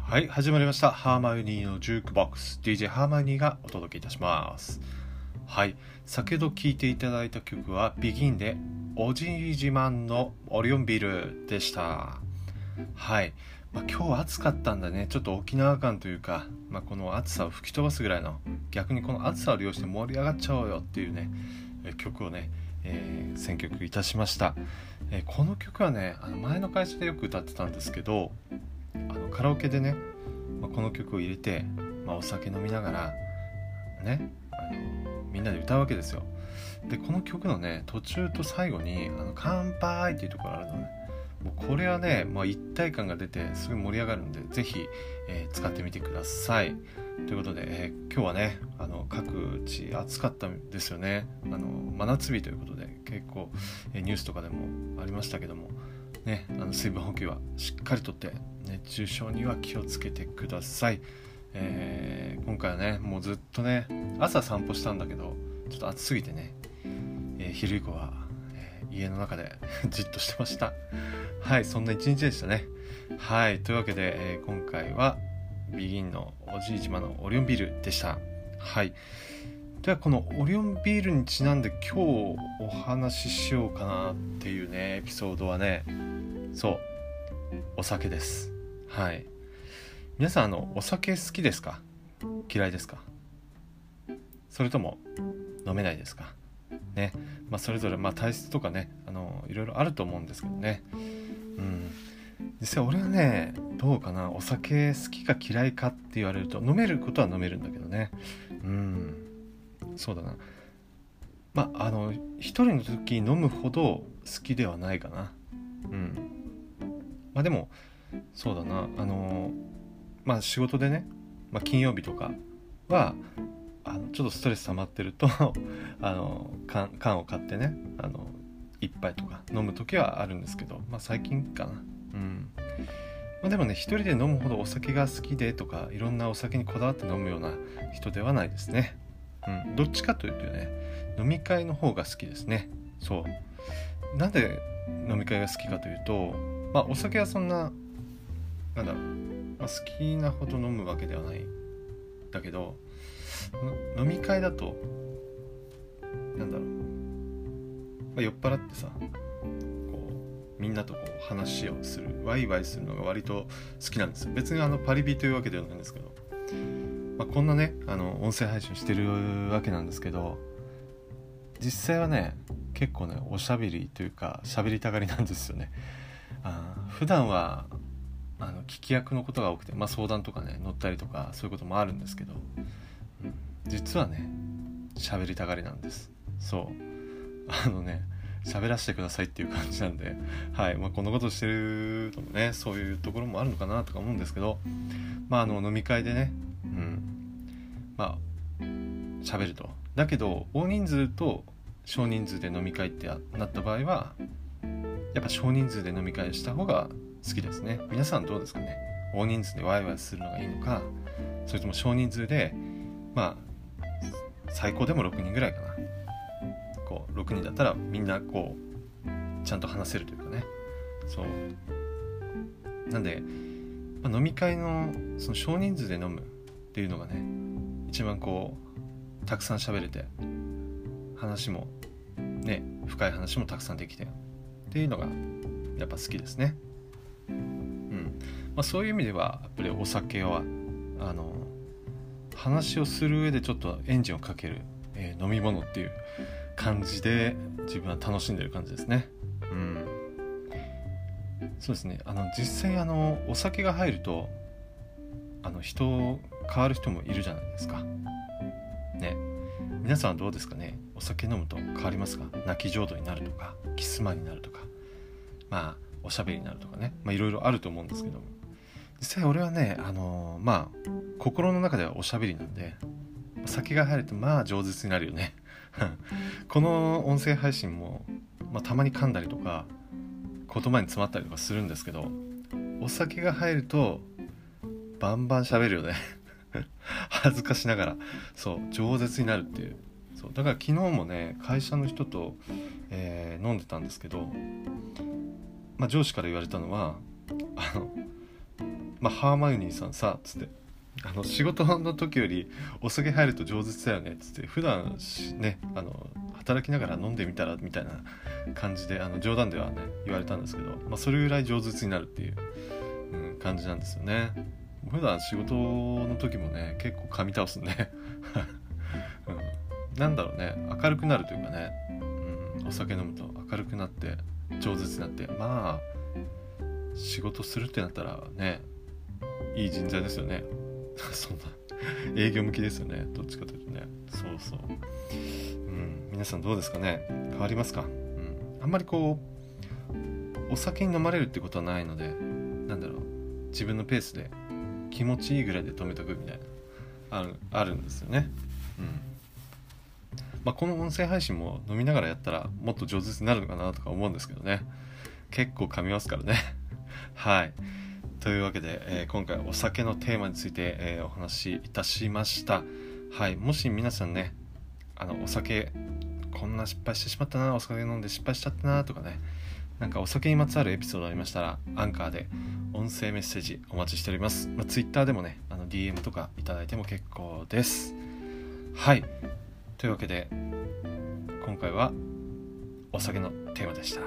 はい、始まりました。ハーマイオニーのジュークボックス DJ ハーマイオニーがお届けいたします。はい、先ほど聴いていただいた曲は Begin でおじい自慢のオリオンビールでした。はい、今日は暑かったんだね。ちょっと沖縄感というか、この暑さを吹き飛ばすぐらいの、逆にこの暑さを利用して盛り上がっちゃおうよっていうね、曲をね、選曲いたしました。この曲はね、前の会社でよく歌ってたんですけど、カラオケでね、この曲を入れて、お酒飲みながらね、みんなで歌うわけですよ。でこの曲のね途中と最後に乾杯っていうところあるのね。もうこれはね、一体感が出てすごい盛り上がるんで、ぜひ、使ってみてください。ということで、今日はね各地暑かったんですよね。真夏日ということで結構、ニュースとかでもありましたけどもね、水分補給はしっかりとって熱中症には気をつけてください。今回はねもうずっとね朝散歩したんだけどちょっと暑すぎてね、昼以降は、家の中でじっとしてました。はい、そんな一日でしたね。はい、というわけで、今回はビギンのおじいじまのオリオンビールでした。はい、ではこのオリオンビールにちなんで今日お話ししようかなっていうねエピソードはね、そうお酒です。はい、皆さんお酒好きですか？嫌いですか？それとも飲めないですかね。それぞれ体質とかねいろいろあると思うんですけどね。実際俺はねどうかな、お酒好きか嫌いかって言われると飲めることは飲めるんだけどね。そうだな、一人の時飲むほど好きではないかな。でもそうだな、仕事でね、金曜日とかはちょっとストレス溜まってると缶を買ってね一杯とか飲む時はあるんですけど、最近かな。でもね一人で飲むほどお酒が好きでとかいろんなお酒にこだわって飲むような人ではないですね。どっちかというとね飲み会の方が好きですね。そうなんで飲み会が好きかというと、お酒はそんな好きなほど飲むわけではないんだけど、飲み会だと酔っ払ってさみんなと話をするワイワイするのが割と好きなんですよ。別にパリピというわけではないんですけど、こんなね音声配信してるわけなんですけど、実際はね結構ねおしゃべりというか喋りたがりなんですよね。普段は聞き役のことが多くて、相談とかね乗ったりとかそういうこともあるんですけど、実はね喋りたがりなんです。喋らせてくださいっていう感じなんで、はい、こんなことしてるともねそういうところもあるのかなとか思うんですけど、飲み会でね喋ると。だけど大人数と少人数で飲み会ってなった場合はやっぱ少人数で飲み会した方が好きですね。皆さんどうですかね。大人数でワイワイするのがいいのか、それとも少人数で最高でも6人ぐらいかな。6人だったらみんなちゃんと話せるというかね。なんで、飲み会のその少人数で飲むっていうのがね一番たくさん喋れて話もね深い話もたくさんできてっていうのがやっぱ好きですね。そういう意味ではやっぱりお酒は話をする上でちょっとエンジンをかける、飲み物っていう感じで自分は楽しんでる感じですね。そうですね。実際お酒が入ると人変わる人もいるじゃないですかね。皆さんはどうですかね。お酒飲むと変わりますか？泣き浄土になるとかキスマになるとかおしゃべりになるとかね、いろいろあると思うんですけども、実際俺はね心の中ではおしゃべりなんで、酒が入ると饒舌になるよねこの音声配信も、たまに噛んだりとか言葉に詰まったりとかするんですけど、お酒が入るとバンバン喋るよね恥ずかしながら饒舌になるっていう。だから昨日もね会社の人と、飲んでたんですけど、上司から言われたのはハーマイオニーさんさつって仕事の時よりお酒入ると饒舌だよねつって普段ね働きながら飲んでみたらみたいな感じで冗談ではね言われたんですけど、それぐらい饒舌になるっていう、感じなんですよね。普段仕事の時もね結構噛み倒すね、なんだろうね、明るくなるというかね、お酒飲むと明るくなって饒舌になって、仕事するってなったらねいい人材ですよねそんな営業向きですよね、どっちかというとね。そう、皆さんどうですかね、変わりますか。あんまりお酒に飲まれるってことはないので、自分のペースで気持ちいいぐらいで止めとくみたいなあるんですよね。この音声配信も飲みながらやったらもっと上手になるのかなとか思うんですけどね、結構噛みますからねはい、というわけで、今回お酒のテーマについて、お話しいたしました。はい、もし皆さんねお酒こんな失敗してしまったな、お酒飲んで失敗しちゃったなとかね、お酒にまつわるエピソードありましたらアンカーで音声メッセージお待ちしております。Twitter でもねDM とかいただいても結構です。はい、というわけで今回はお酒のテーマでした。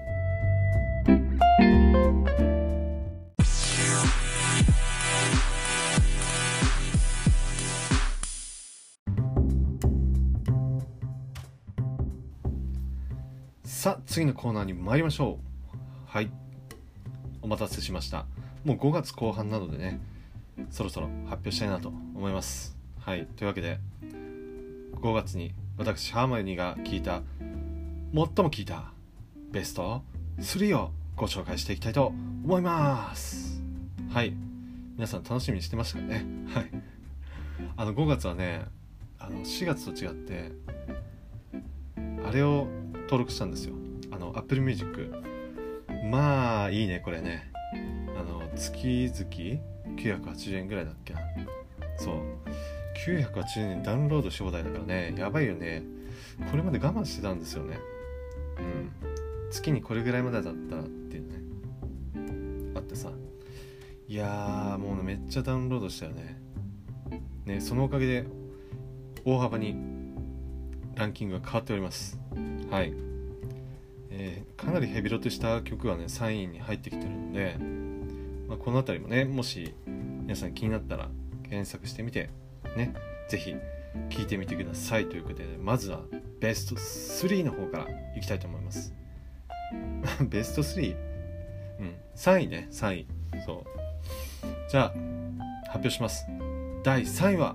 さあ次のコーナーに参りましょう。はい、お待たせしました。もう5月後半なのでね、そろそろ発表したいなと思います。はい、というわけで5月に私ハーマイオニーが最も聞いたベスト3をご紹介していきたいと思います。はい、皆さん楽しみにしてましたかね。はい、5月はね4月と違ってあれを登録したんですよ、Apple Music。いいねこれね、月々980円ぐらいだっけな。そう980円ダウンロードし放題だからね、やばいよね。これまで我慢してたんですよね。月にこれぐらいまでだったらっていうねあってさ、いやーもうめっちゃダウンロードしたよね。そのおかげで大幅にランキングが変わっております。はい、かなりヘビロテした曲がね3位に入ってきてるので、このあたりもねもし皆さん気になったら検索してみてね、ぜひ聴いてみてくださいということで、まずはベスト3の方からいきたいと思いますベスト 3？ 3位ね、3位。そうじゃあ発表します。第3位は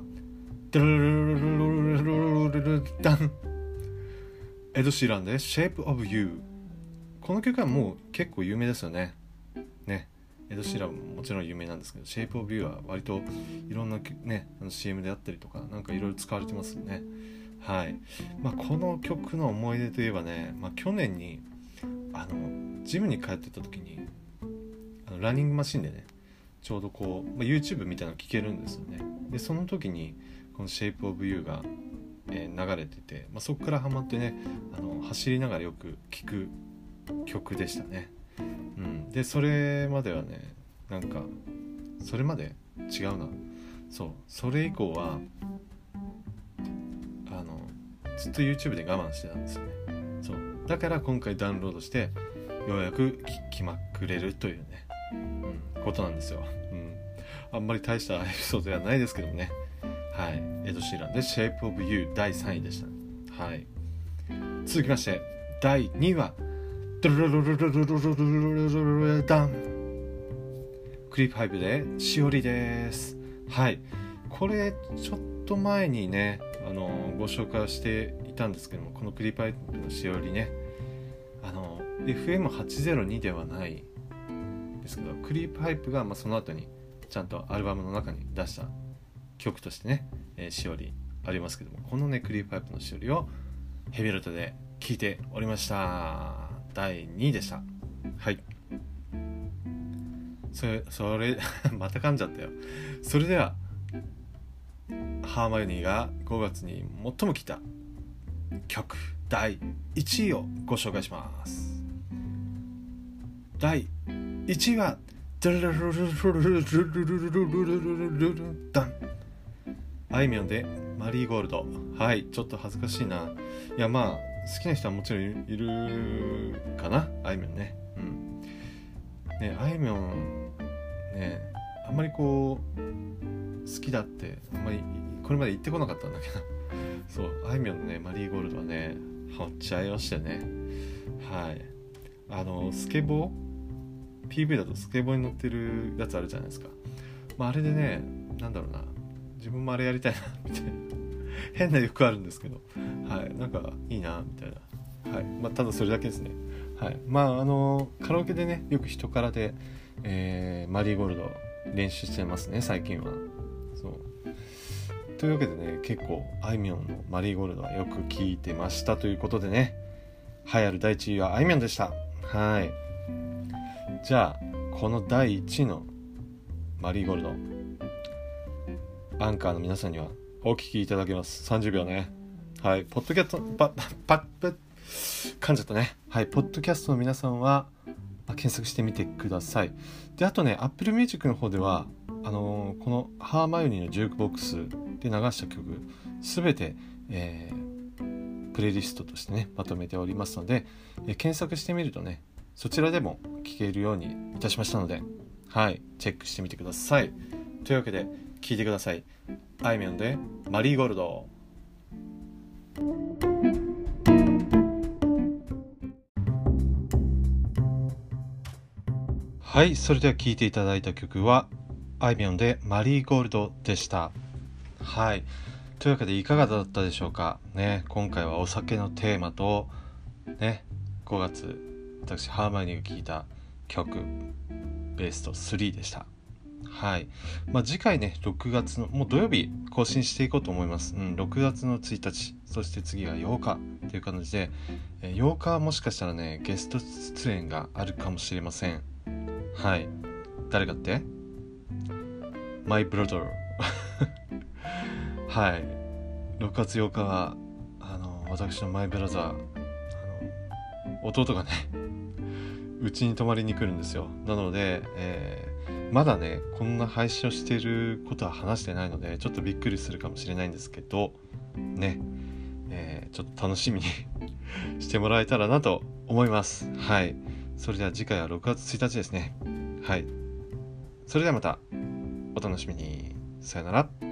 エド・シーランで Shape of You。 この曲はもう結構有名ですよね。エド・シーランももちろん有名なんですけど、Shape of You は割といろんなねCM であったりとかいろいろ使われてますよね。はい、この曲の思い出といえばね、去年にジムに通ってた時にランニングマシンでねちょうどYouTube みたいなの聴けるんですよね。でその時にこの Shape of You が、流れてて、そこからハマってね走りながらよく聴く曲でしたね。でそれまではねそれまで違うな、それ以降はずっと YouTube で我慢してたんですよね。だから今回ダウンロードしてようやく聴きまくれるというね、ことなんですよ。あんまり大したエピソードではないですけどもね。はい、エド・シーランで Shape of You 第3位でした。はい、続きまして第2位はクリープハイプでしおりです。はい、これちょっと前にねご紹介をしていたんですけども、このクリープハイプのしおりねFM802 ではないですけど、クリープハイプがその後にちゃんとアルバムの中に出した曲としてね、しおりありますけども、このねクリープハイプのしおりをヘビロテで聴いておりました。第2位でした。はい、それまた噛んじゃったよ。それではハーマイオニーが5月に最も聴いた曲第1位をご紹介します。第1位はあいみょんでマリーゴールド。はい、ちょっと恥ずかしいな。いや、まあ好きな人はもちろんいるかな、あいみょんね。ね、あいみょんね、あんまりこう好きだってあんまりこれまで言ってこなかったんだけどそう、あいみょんのねマリーゴールドはねハマっちゃいましたね。はい、スケボー PV だとスケボーに乗ってるやつあるじゃないですか。あれでね、なんだろうな、自分もあれやりたいなみたいな変な欲あるんですけど、はい、なんかいいなみたいな。はい、ただそれだけですね。はい、カラオケでねよく人からで、マリーゴールド練習してますね最近は。そうというわけでね、結構あいみょんのマリーゴールドはよく聴いてましたということでね、栄えある第1位はあいみょんでした。はい、じゃあこの第1位のマリーゴールド、アンカーの皆さんにはお聞きいただけます。30秒ね。はい、ポッドキャスト噛んじゃったね。はい、ポッドキャストの皆さんは検索してみてください。で、あとね、Apple Music の方ではこのハーマイオニーのジュークボックスで流した曲すべて、プレイリストとしてねまとめておりますので、検索してみるとねそちらでも聴けるようにいたしましたので、はい、チェックしてみてください。というわけで聴いてください。あいみょんでマリーゴールド。はい、それでは聴いていただいた曲はあいみょんでマリーゴールドでした。はい、というわけでいかがだったでしょうかね。今回はお酒のテーマとね、5月私ハーマイオニーが聴いた曲ベスト3でした。はい、次回ね6月のもう土曜日更新していこうと思います。6月の1日、そして次は8日という感じで、8日はもしかしたらねゲスト出演があるかもしれません。はい、誰かってマイブラザーはい、6月8日は私のマイブラザー弟がねうちに泊まりに来るんですよ。なので、まだねこんな配信をしていることは話してないのでちょっとびっくりするかもしれないんですけどね、ちょっと楽しみにしてもらえたらなと思います。はい、それでは次回は6月1日ですね。はい、それではまたお楽しみに。さよなら。